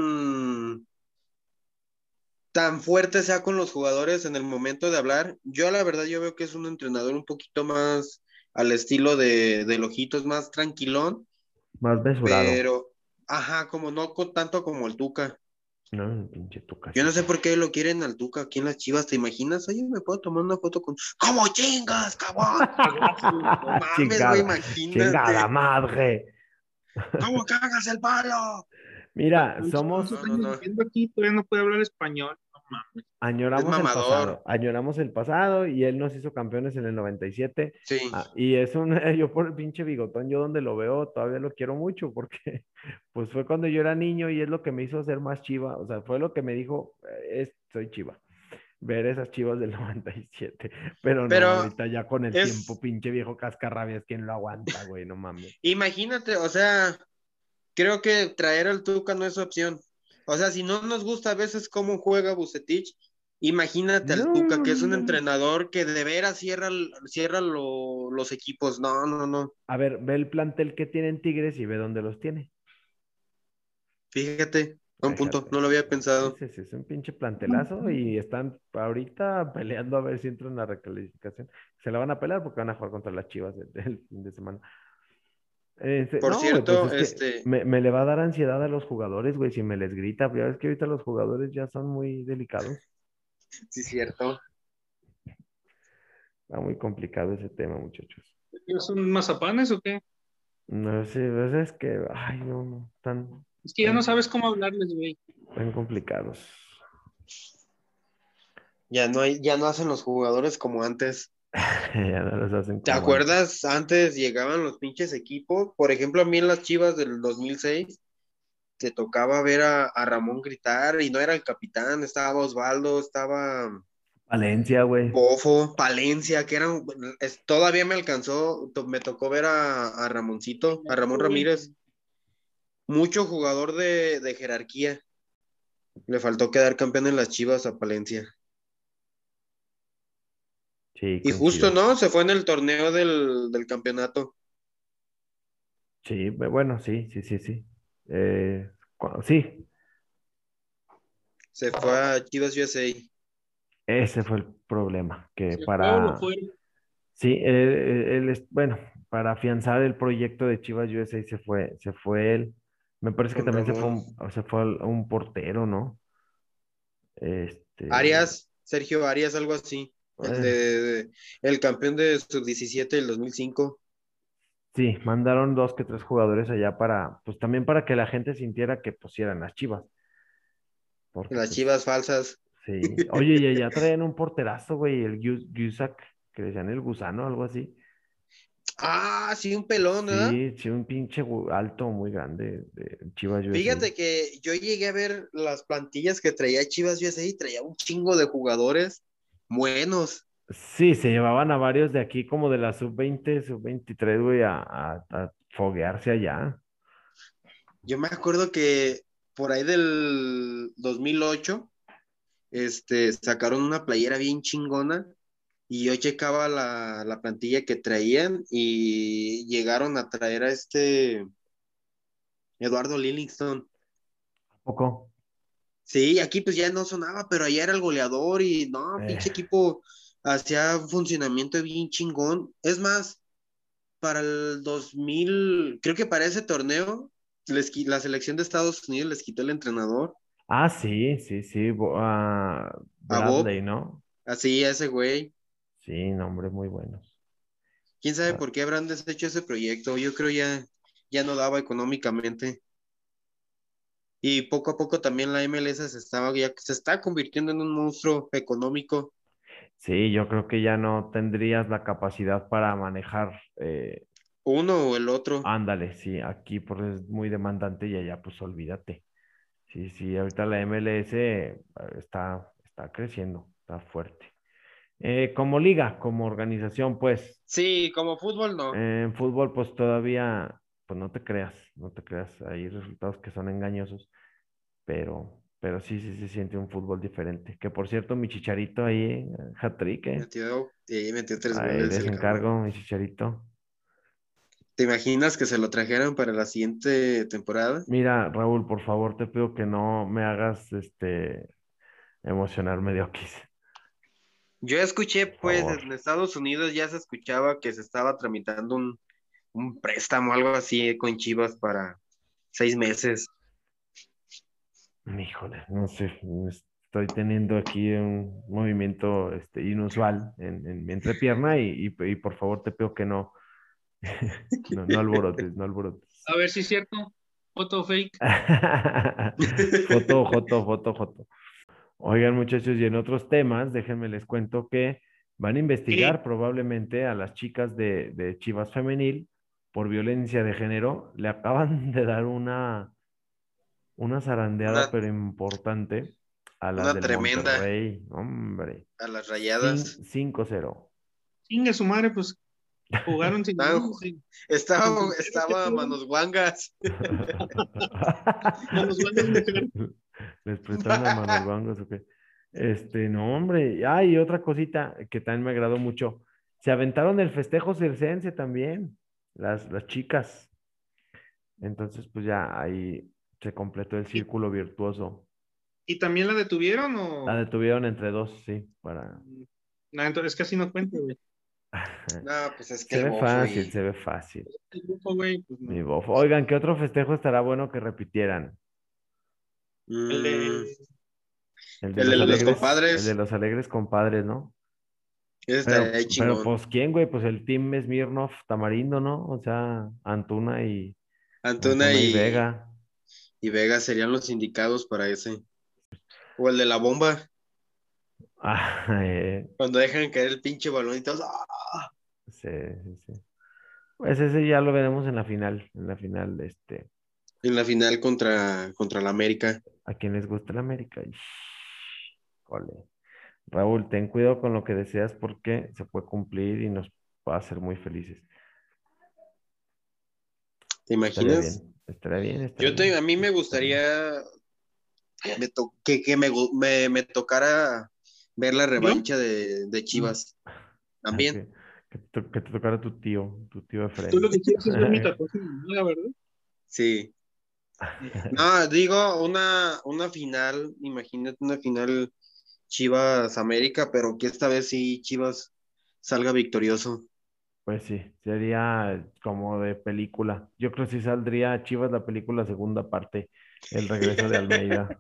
[SPEAKER 4] tan fuerte sea con los jugadores en el momento de hablar. Yo, la verdad, yo veo que es un entrenador un poquito más al estilo de Ojitos, más tranquilón,
[SPEAKER 2] Más mesurado.
[SPEAKER 4] pero, ajá, como no tanto como el Tuca.
[SPEAKER 2] No, pinche tu
[SPEAKER 4] Yo no sé
[SPEAKER 2] casita.
[SPEAKER 4] por qué lo quieren al Tuca aquí en las Chivas, ¿te imaginas? Oye, ¿me puedo tomar una foto con... ¿Cómo chingas, cabrón? No mames, güey,
[SPEAKER 2] Chingada, chingada
[SPEAKER 4] imagínate.
[SPEAKER 2] madre.
[SPEAKER 4] ¿Cómo cagas el palo?
[SPEAKER 2] Mira,
[SPEAKER 3] ¿Cuántos
[SPEAKER 4] No,
[SPEAKER 2] somos,
[SPEAKER 4] no,
[SPEAKER 3] años
[SPEAKER 4] no.
[SPEAKER 3] viviendo aquí? Todavía no puede hablar español. No mames.
[SPEAKER 4] Es mamador.
[SPEAKER 2] añoramos el pasado y él nos hizo campeones en el 97.
[SPEAKER 4] Sí.
[SPEAKER 2] Y es un, yo por el pinche bigotón, yo donde lo veo todavía lo quiero mucho porque pues fue cuando yo era niño y es lo que me hizo ser más chiva, o sea, fue lo que me dijo, soy chiva, ver esas chivas del 97, pero no,
[SPEAKER 4] Pero
[SPEAKER 2] ahorita ya con el tiempo,
[SPEAKER 4] es,
[SPEAKER 2] pinche viejo cascarrabias, ¿quién lo aguanta, güey? No mames.
[SPEAKER 4] imagínate, o sea, creo que traer al Tuca no es opción. O sea, si no nos gusta a veces cómo juega Bucetich, imagínate al
[SPEAKER 2] No,
[SPEAKER 4] Tuca,
[SPEAKER 2] no,
[SPEAKER 4] que es
[SPEAKER 2] no,
[SPEAKER 4] un
[SPEAKER 2] no, no.
[SPEAKER 4] entrenador que de veras cierra los equipos. No, no, no.
[SPEAKER 2] A ver, ve el plantel que tienen Tigres y ve dónde los tiene.
[SPEAKER 4] Fíjate, a un punto,
[SPEAKER 2] Fíjate.
[SPEAKER 4] no lo había
[SPEAKER 2] Sí,
[SPEAKER 4] pensado.
[SPEAKER 2] sí, sí, es un pinche plantelazo y están ahorita peleando a ver si entran en la recalificación. Se la van a pelear porque van a jugar contra las Chivas el fin de semana.
[SPEAKER 4] Por
[SPEAKER 2] No, güey, pues
[SPEAKER 4] cierto,
[SPEAKER 2] es que me le va a dar ansiedad a los jugadores, güey, si me les grita. Ya ves que ahorita los jugadores ya son muy delicados.
[SPEAKER 4] sí, cierto.
[SPEAKER 2] Está muy complicado ese tema, muchachos.
[SPEAKER 3] ¿Ellos son mazapanes o qué?
[SPEAKER 2] No sé, pues es que, ay, no, no,
[SPEAKER 3] Es que ya no
[SPEAKER 2] tan,
[SPEAKER 3] sabes cómo hablarles, güey.
[SPEAKER 2] tan complicados.
[SPEAKER 4] Ya no hacen los jugadores como antes.
[SPEAKER 2] Ya no los hacen
[SPEAKER 4] ¿Te
[SPEAKER 2] como antes.
[SPEAKER 4] acuerdas? Antes llegaban los pinches equipos. Por ejemplo, a mí en las Chivas del 2006 te tocaba ver a Ramón gritar y no era el capitán, estaba Osvaldo, estaba
[SPEAKER 2] Valencia, güey.
[SPEAKER 4] Bofo, Palencia, que eran, todavía me alcanzó, me tocó ver a Ramoncito, a Ramón
[SPEAKER 3] Güey.
[SPEAKER 4] Ramírez, mucho jugador de jerarquía. Le faltó quedar campeón en las Chivas a Palencia.
[SPEAKER 2] Sí,
[SPEAKER 4] Y justo,
[SPEAKER 2] coincido.
[SPEAKER 4] ¿no? Se fue en el torneo del campeonato.
[SPEAKER 2] Sí, bueno, sí, sí, sí, sí. Sí,
[SPEAKER 4] Se fue a Chivas USA.
[SPEAKER 2] ese fue el problema, que
[SPEAKER 3] ¿Se fue o lo fue?
[SPEAKER 2] sí, bueno, para afianzar el proyecto de Chivas USA se fue él. Me parece que
[SPEAKER 4] Con
[SPEAKER 2] también
[SPEAKER 4] Ramón.
[SPEAKER 2] se fue un portero, ¿no? Este,
[SPEAKER 4] Arias, Sergio Arias, algo así. El
[SPEAKER 2] bueno,
[SPEAKER 4] el campeón de sub-17 del 2005.
[SPEAKER 2] sí, mandaron dos que tres jugadores allá pues también para que la gente sintiera que pues sí eran las Chivas, porque
[SPEAKER 4] Las
[SPEAKER 2] pues
[SPEAKER 4] Chivas falsas.
[SPEAKER 2] sí. Oye, y ya traían un porterazo, güey, el Gusac, que le decían el gusano, algo así.
[SPEAKER 4] Ah, sí, un pelón, ¿verdad?
[SPEAKER 2] Sí, sí, un pinche alto muy grande de Chivas USA.
[SPEAKER 4] Fíjate que yo llegué a ver las plantillas que traía Chivas USA y traía un chingo de jugadores buenos.
[SPEAKER 2] Sí, se llevaban a varios de aquí como de la sub-20, sub-23, güey, a foguearse allá.
[SPEAKER 4] Yo me acuerdo que por ahí del 2008, sacaron una playera bien chingona y yo checaba la plantilla que traían y llegaron a traer a Eduardo Livingston.
[SPEAKER 2] Poco.
[SPEAKER 4] Sí, aquí pues ya no sonaba, pero allá era el goleador y no,
[SPEAKER 2] Eh,
[SPEAKER 4] pinche equipo hacía un funcionamiento bien chingón. Es más, para el 2000, creo que para ese torneo, la selección de Estados Unidos les quitó el entrenador
[SPEAKER 2] sí, sí, sí.
[SPEAKER 4] a Bob,
[SPEAKER 2] Bradley, ¿no?
[SPEAKER 4] así a ese güey.
[SPEAKER 2] Sí, nombres muy buenos.
[SPEAKER 4] ¿Quién sabe
[SPEAKER 2] Ah,
[SPEAKER 4] por qué habrán deshecho ese proyecto? Yo creo ya no daba económicamente. Y poco a poco también la MLS se está convirtiendo en un monstruo económico.
[SPEAKER 2] sí, yo creo que ya no tendrías la capacidad para manejar.
[SPEAKER 4] Uno o el otro.
[SPEAKER 2] Ándale, sí, aquí pues es muy demandante y allá pues olvídate. Sí, sí, ahorita la MLS está creciendo, está fuerte. Como liga, como organización, pues,
[SPEAKER 4] Sí, como fútbol no.
[SPEAKER 2] en fútbol, pues todavía, pues no te creas, hay resultados que son engañosos, pero sí, sí se siente un fútbol diferente. Que por cierto, mi chicharito ahí, hat-trick,
[SPEAKER 4] Metió tres
[SPEAKER 2] ahí
[SPEAKER 4] goles
[SPEAKER 2] les
[SPEAKER 4] el cabrón.
[SPEAKER 2] encargo, mi chicharito.
[SPEAKER 4] ¿Te imaginas que se lo trajeran para la siguiente temporada?
[SPEAKER 2] Mira, Raúl, por favor, te pido que no me hagas emocionarme de Oquis.
[SPEAKER 4] Yo escuché,
[SPEAKER 2] Por
[SPEAKER 4] pues,
[SPEAKER 2] favor.
[SPEAKER 4] en Estados Unidos ya se escuchaba que se estaba tramitando un préstamo, algo así, con Chivas para 6 meses.
[SPEAKER 2] Híjole, no sé, estoy teniendo aquí un movimiento inusual en mi entrepierna y por favor te pido que no, no alborotes, no alborotes.
[SPEAKER 3] A ver si es cierto. Foto fake.
[SPEAKER 2] Foto. Oigan, muchachos, y en otros temas, déjenme les cuento que van a
[SPEAKER 3] ¿Qué?
[SPEAKER 2] investigar probablemente a las chicas de Chivas Femenil por violencia de género. Le acaban de dar una
[SPEAKER 4] Una,
[SPEAKER 2] zarandeada, pero importante, a las
[SPEAKER 4] una
[SPEAKER 2] del
[SPEAKER 4] tremenda
[SPEAKER 2] Monterrey. Hombre,
[SPEAKER 4] a las Rayadas.
[SPEAKER 2] 5-0.
[SPEAKER 3] Chingue su madre, pues jugaron sin
[SPEAKER 4] Estaban
[SPEAKER 3] mí,
[SPEAKER 4] ju-
[SPEAKER 3] sin
[SPEAKER 4] Estaba,
[SPEAKER 3] porteros, ¿qué
[SPEAKER 4] estaba a
[SPEAKER 3] pedo?
[SPEAKER 4] manos guangas.
[SPEAKER 3] Manos buenas, mujer.
[SPEAKER 2] Les prestaron las manos guangos, ¿o qué? No, hombre. Ah, y otra cosita que también me agradó mucho. Se aventaron el festejo circense también, las chicas. Entonces, pues ya ahí se completó el
[SPEAKER 3] ¿Y,
[SPEAKER 2] círculo virtuoso.
[SPEAKER 3] y también la detuvieron
[SPEAKER 2] La
[SPEAKER 3] o...?
[SPEAKER 2] detuvieron entre dos, sí, para...
[SPEAKER 3] No, entonces casi no cuenta, güey.
[SPEAKER 4] No, pues es que
[SPEAKER 2] Se
[SPEAKER 4] el
[SPEAKER 2] ve
[SPEAKER 4] bofo
[SPEAKER 2] fácil,
[SPEAKER 4] y
[SPEAKER 2] se ve fácil.
[SPEAKER 3] El grupo, güey, pues
[SPEAKER 2] Mi
[SPEAKER 3] no.
[SPEAKER 2] bofo. Oigan, ¿qué otro festejo estará bueno que repitieran?
[SPEAKER 3] El
[SPEAKER 4] mm,
[SPEAKER 3] de...
[SPEAKER 4] el de los
[SPEAKER 2] El de
[SPEAKER 4] compadres,
[SPEAKER 2] los alegres compadres, ¿no?
[SPEAKER 4] ese estaría ahí
[SPEAKER 2] Pero
[SPEAKER 4] chingón.
[SPEAKER 2] pues, ¿quién, güey? Pues el team Smirnoff Tamarindo, ¿no? O sea,
[SPEAKER 4] Antuna
[SPEAKER 2] Antuna y Vega.
[SPEAKER 4] y Vega serían los indicados para ese. O el de la bomba,
[SPEAKER 2] Ah,
[SPEAKER 4] cuando dejan caer el pinche balón y todos, ¡ah!
[SPEAKER 2] sí, sí, sí. Pues ese ya lo veremos en la final,
[SPEAKER 4] En la final contra la América.
[SPEAKER 2] a quien les gusta el América. Híjole. Raúl, ten cuidado con lo que deseas porque se puede cumplir y nos va a hacer muy felices.
[SPEAKER 4] ¿Te
[SPEAKER 2] Estaría
[SPEAKER 4] imaginas?
[SPEAKER 2] bien, estaría bien, estaría bien.
[SPEAKER 4] A mí me
[SPEAKER 2] Estaría bien.
[SPEAKER 4] gustaría que me tocara ver la
[SPEAKER 3] ¿Yo?
[SPEAKER 4] revancha de Chivas también.
[SPEAKER 2] Que te tocara tu tío
[SPEAKER 3] Tú lo
[SPEAKER 2] Efraín.
[SPEAKER 3] que quieres es ver mi tatuaje en la manga, ¿verdad?
[SPEAKER 4] Sí. No, digo, una final, imagínate una final Chivas América, pero que esta vez sí Chivas salga victorioso.
[SPEAKER 2] Pues sí, sería como de película. Yo creo que sí saldría Chivas la película segunda parte, El regreso de Almeida.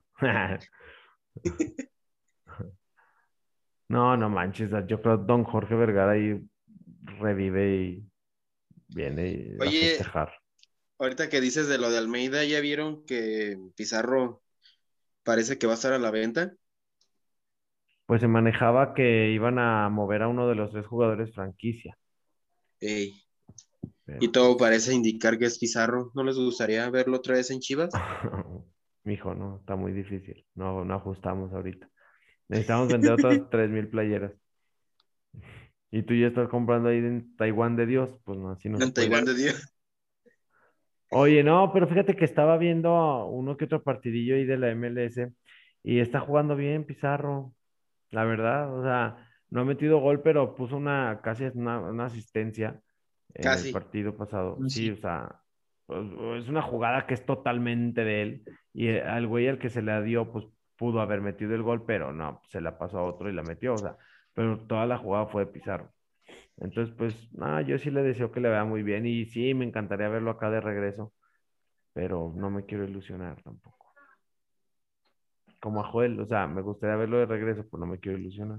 [SPEAKER 2] No, no manches, yo creo que Don Jorge Vergara ahí revive y viene a
[SPEAKER 4] Oye,
[SPEAKER 2] festejar.
[SPEAKER 4] ahorita que dices de lo de Almeida, ¿ya vieron que Pizarro parece que va a estar a la venta?
[SPEAKER 2] Pues se manejaba que iban a mover a uno de los tres jugadores franquicia,
[SPEAKER 4] Ey, y
[SPEAKER 2] pero
[SPEAKER 4] todo
[SPEAKER 2] pues,
[SPEAKER 4] parece indicar que es Pizarro. ¿No les gustaría verlo otra vez en Chivas?
[SPEAKER 2] mijo, no, está muy difícil. No, no ajustamos ahorita. Necesitamos vender otras 3,000 playeras. Y tú ya estás comprando ahí en Taiwán de Dios, pues no, así no se
[SPEAKER 4] En
[SPEAKER 2] puede.
[SPEAKER 4] Taiwán de Dios.
[SPEAKER 2] Oye, no, pero fíjate que estaba viendo uno que otro partidillo ahí de la MLS y está jugando bien Pizarro, la verdad. O sea, no ha metido gol, pero puso casi una asistencia en el
[SPEAKER 4] Casi.
[SPEAKER 2] partido pasado. Sí,
[SPEAKER 3] Sí.
[SPEAKER 2] o sea, pues, es una jugada que es totalmente de él y al güey al que se la dio, pues pudo haber metido el gol, pero no, se la pasó a otro y la metió, o sea, pero toda la jugada fue de Pizarro. Entonces, pues, nada, yo sí le deseo que le vaya muy bien y sí, me encantaría verlo acá de regreso, pero no me quiero ilusionar tampoco. Como a Joel, o sea, me gustaría verlo de regreso, pero no me quiero ilusionar.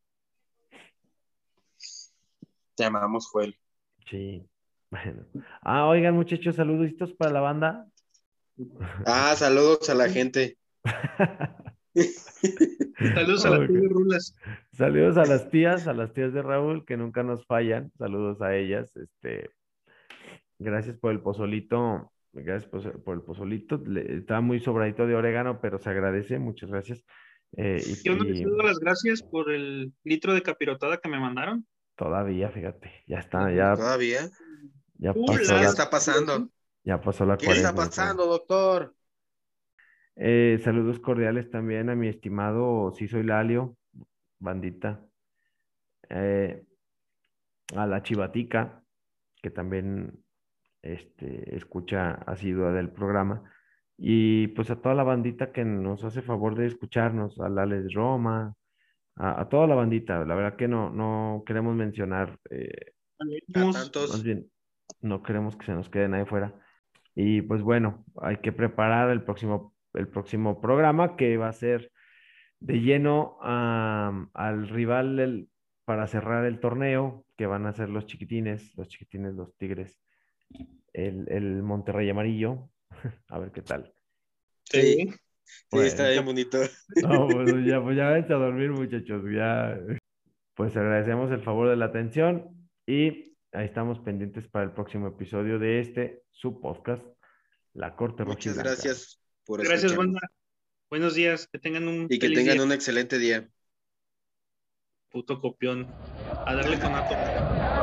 [SPEAKER 4] Te amamos, Joel.
[SPEAKER 2] Sí, bueno. Ah, oigan, muchachos, saluditos para la banda.
[SPEAKER 4] Ah, saludos a la gente.
[SPEAKER 3] Saludos a la
[SPEAKER 2] Ok.
[SPEAKER 3] tía de Rulas.
[SPEAKER 2] Saludos a las tías de Raúl, que nunca nos fallan. Saludos a ellas. Gracias por el pozolito. Gracias por el pozolito. Está muy sobradito de orégano, pero se agradece. Muchas gracias.
[SPEAKER 3] Yo no les
[SPEAKER 2] Y
[SPEAKER 3] doy las gracias por el litro de capirotada que me mandaron.
[SPEAKER 2] todavía, fíjate, ya está, ya,
[SPEAKER 4] ¿Todavía?
[SPEAKER 2] ya pasó
[SPEAKER 4] ¿Qué
[SPEAKER 3] Chulada.
[SPEAKER 4] está pasando?
[SPEAKER 2] ya pasó la
[SPEAKER 4] ¿Qué está
[SPEAKER 2] cuaresma y todo.
[SPEAKER 4] pasando, doctor?
[SPEAKER 2] Saludos cordiales también a mi estimado Sí Soy Lalio, bandita. Eh, a la Chivatica, que también escucha asidua del programa. Y pues a toda la bandita que nos hace favor de escucharnos, a Alex Roma, a toda la bandita. La verdad que no queremos mencionar,
[SPEAKER 4] A
[SPEAKER 2] más
[SPEAKER 4] tantos.
[SPEAKER 2] bien, no queremos que se nos quede nadie fuera. Y pues bueno, hay que preparar el próximo programa que va a ser de lleno al rival para cerrar el torneo, que van a ser los chiquitines, los Tigres, el Monterrey Amarillo. A ver qué tal.
[SPEAKER 4] Sí,
[SPEAKER 3] Sí.
[SPEAKER 4] sí, está
[SPEAKER 2] Bueno,
[SPEAKER 4] bien bonito.
[SPEAKER 2] no, pues ya vete a dormir, muchachos. Ya, pues agradecemos el favor de la atención y ahí estamos pendientes para el próximo episodio de su podcast, La Corte
[SPEAKER 4] Muchas
[SPEAKER 2] Rojiblanca.
[SPEAKER 4] gracias por
[SPEAKER 3] Gracias,
[SPEAKER 4] escucharnos.
[SPEAKER 3] banda. Buenos días. Que tengan un
[SPEAKER 4] Y que
[SPEAKER 3] feliz día.
[SPEAKER 4] tengan un excelente día.
[SPEAKER 3] Puto copión. A darle con Ato.